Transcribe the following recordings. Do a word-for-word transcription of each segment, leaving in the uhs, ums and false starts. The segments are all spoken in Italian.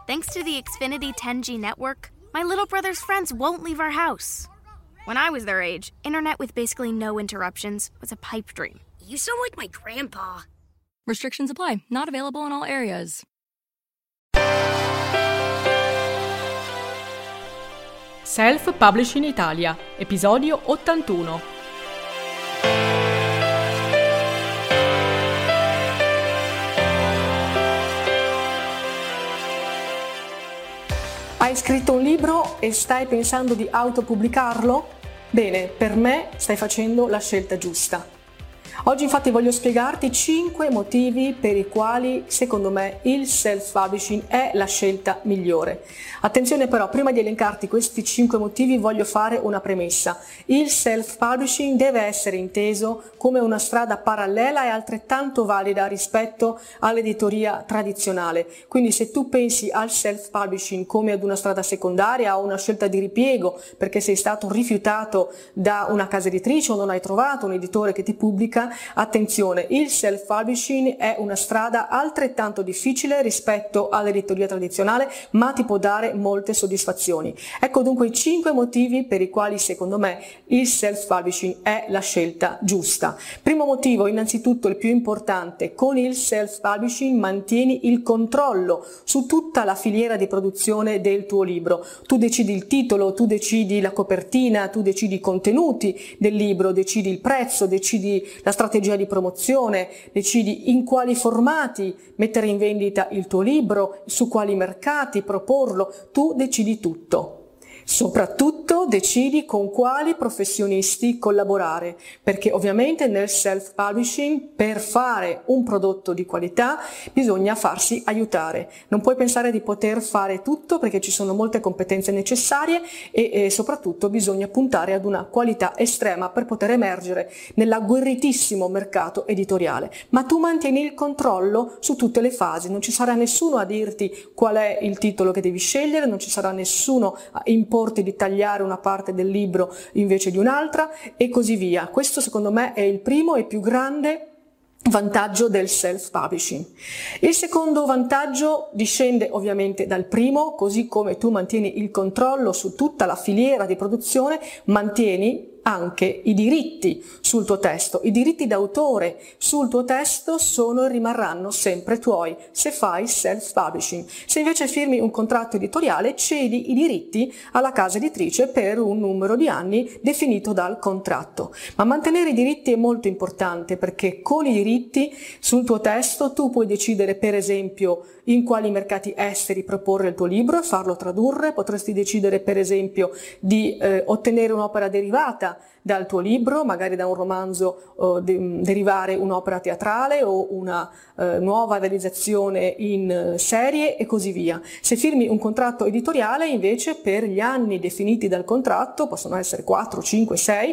Thanks to the Xfinity ten G network, my little brother's friends won't leave our house. When I was their age, internet with basically no interruptions was a pipe dream. You sound like my grandpa. Restrictions apply. Not available in all areas. Self-Publishing Italia, episodio ottantuno. Hai scritto un libro e stai pensando di autopubblicarlo? Bene, per me stai facendo la scelta giusta. Oggi infatti voglio spiegarti cinque motivi per i quali secondo me il self-publishing è la scelta migliore. Attenzione però, prima di elencarti questi cinque motivi voglio fare una premessa. Il self-publishing deve essere inteso come una strada parallela e altrettanto valida rispetto all'editoria tradizionale. Quindi se tu pensi al self-publishing come ad una strada secondaria o una scelta di ripiego perché sei stato rifiutato da una casa editrice o non hai trovato un editore che ti pubblica, attenzione, il self-publishing è una strada altrettanto difficile rispetto all'editoria tradizionale, ma ti può dare molte soddisfazioni. Ecco dunque i cinque motivi per i quali secondo me il self-publishing è la scelta giusta. Primo motivo, innanzitutto il più importante, con il self-publishing mantieni il controllo su tutta la filiera di produzione del tuo libro. Tu decidi il titolo, tu decidi la copertina, tu decidi i contenuti del libro, decidi il prezzo, decidi la strategia di promozione, decidi in quali formati mettere in vendita il tuo libro, su quali mercati proporlo, tu decidi tutto. Soprattutto decidi con quali professionisti collaborare, perché ovviamente nel self-publishing per fare un prodotto di qualità bisogna farsi aiutare. Non puoi pensare di poter fare tutto perché ci sono molte competenze necessarie e, e soprattutto bisogna puntare ad una qualità estrema per poter emergere nell'agguerritissimo mercato editoriale. Ma tu mantieni il controllo su tutte le fasi, non ci sarà nessuno a dirti qual è il titolo che devi scegliere, non ci sarà nessuno a imporre di tagliare una parte del libro invece di un'altra e così via. Questo secondo me è il primo e più grande vantaggio del self-publishing. Il secondo vantaggio discende ovviamente dal primo, così come tu mantieni il controllo su tutta la filiera di produzione, mantieni anche i diritti sul tuo testo. I diritti d'autore sul tuo testo sono e rimarranno sempre tuoi se fai self-publishing. Se invece firmi un contratto editoriale, cedi i diritti alla casa editrice per un numero di anni definito dal contratto. Ma mantenere i diritti è molto importante perché con i diritti sul tuo testo tu puoi decidere per esempio in quali mercati esteri proporre il tuo libro e farlo tradurre, potresti decidere per esempio di eh, ottenere un'opera derivata dal tuo libro, magari da un romanzo eh, de- derivare un'opera teatrale o una eh, nuova realizzazione in eh, serie e così via. Se firmi un contratto editoriale invece per gli anni definiti dal contratto, possono essere quattro, cinque, sei,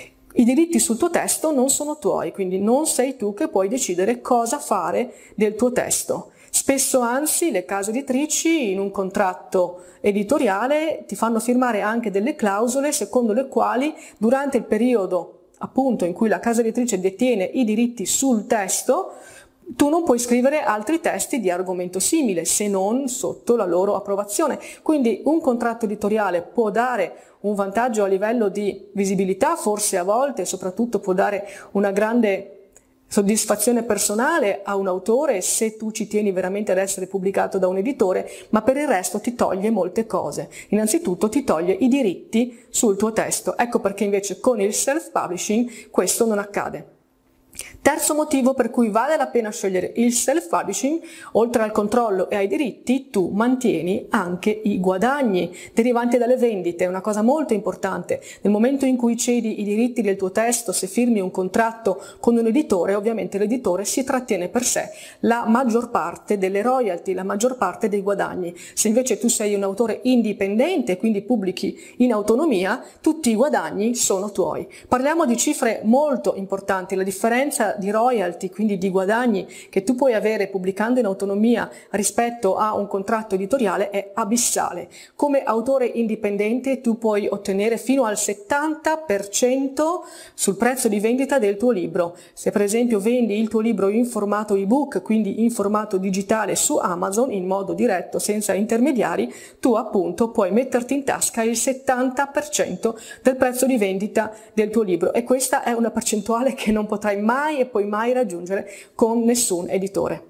i diritti sul tuo testo non sono tuoi, quindi non sei tu che puoi decidere cosa fare del tuo testo. Spesso anzi le case editrici in un contratto editoriale ti fanno firmare anche delle clausole secondo le quali durante il periodo appunto in cui la casa editrice detiene i diritti sul testo tu non puoi scrivere altri testi di argomento simile se non sotto la loro approvazione. Quindi un contratto editoriale può dare un vantaggio a livello di visibilità, forse a volte, soprattutto può dare una grande soddisfazione personale a un autore se tu ci tieni veramente ad essere pubblicato da un editore, ma per il resto ti toglie molte cose. Innanzitutto ti toglie i diritti sul tuo testo. Ecco perché invece con il self-publishing questo non accade. Terzo motivo per cui vale la pena scegliere il self-publishing, oltre al controllo e ai diritti, tu mantieni anche i guadagni derivanti dalle vendite. È una cosa molto importante. Nel momento in cui cedi i diritti del tuo testo, se firmi un contratto con un editore, ovviamente l'editore si trattiene per sé la maggior parte delle royalty, la maggior parte dei guadagni. Se invece tu sei un autore indipendente, quindi pubblichi in autonomia, tutti i guadagni sono tuoi. Parliamo di cifre molto importanti. La differenza di royalty, quindi di guadagni che tu puoi avere pubblicando in autonomia rispetto a un contratto editoriale è abissale. Come autore indipendente tu puoi ottenere fino al settanta per cento sul prezzo di vendita del tuo libro. Se per esempio vendi il tuo libro in formato ebook, quindi in formato digitale su Amazon in modo diretto senza intermediari, tu appunto puoi metterti in tasca il settanta per cento del prezzo di vendita del tuo libro, e questa è una percentuale che non potrai mai e poi mai raggiungere con nessun editore.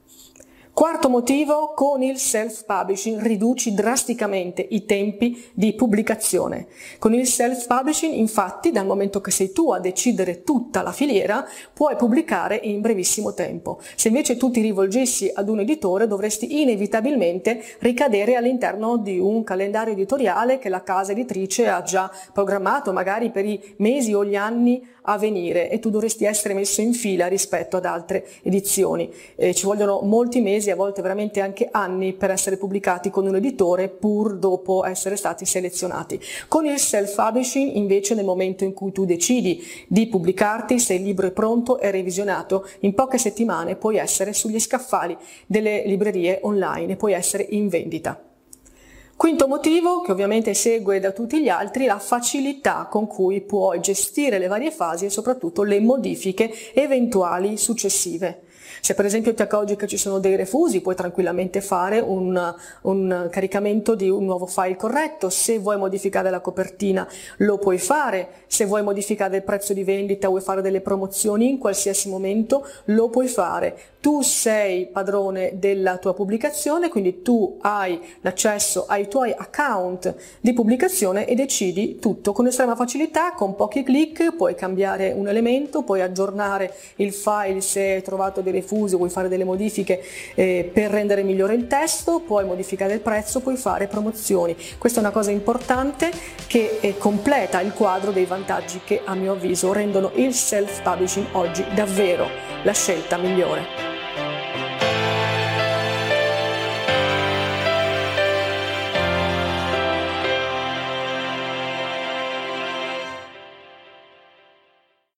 Quarto motivo, con il self-publishing riduci drasticamente i tempi di pubblicazione. Con il self-publishing, infatti, dal momento che sei tu a decidere tutta la filiera, puoi pubblicare in brevissimo tempo. Se invece tu ti rivolgessi ad un editore, dovresti inevitabilmente ricadere all'interno di un calendario editoriale che la casa editrice ha già programmato, magari per i mesi o gli anni a venire, e tu dovresti essere messo in fila rispetto ad altre edizioni. Eh, ci vogliono molti mesi, a volte veramente anche anni, per essere pubblicati con un editore pur dopo essere stati selezionati. Con il self-publishing invece, nel momento in cui tu decidi di pubblicarti, se il libro è pronto e revisionato, in poche settimane puoi essere sugli scaffali delle librerie online e puoi essere in vendita. Quinto motivo, che ovviamente segue da tutti gli altri, la facilità con cui puoi gestire le varie fasi e soprattutto le modifiche eventuali successive. Se per esempio ti accorgi che ci sono dei refusi, puoi tranquillamente fare un, un caricamento di un nuovo file corretto. Se vuoi modificare la copertina lo puoi fare, se vuoi modificare il prezzo di vendita o vuoi fare delle promozioni in qualsiasi momento lo puoi fare. Tu sei padrone della tua pubblicazione, quindi tu hai l'accesso ai tuoi account di pubblicazione e decidi tutto con estrema facilità. Con pochi clic puoi cambiare un elemento, puoi aggiornare il file se hai trovato dei refusi o vuoi fare delle modifiche eh, per rendere migliore il testo, puoi modificare il prezzo, puoi fare promozioni. Questa è una cosa importante che eh, completa il quadro dei vantaggi che a mio avviso rendono il self-publishing oggi davvero la scelta migliore.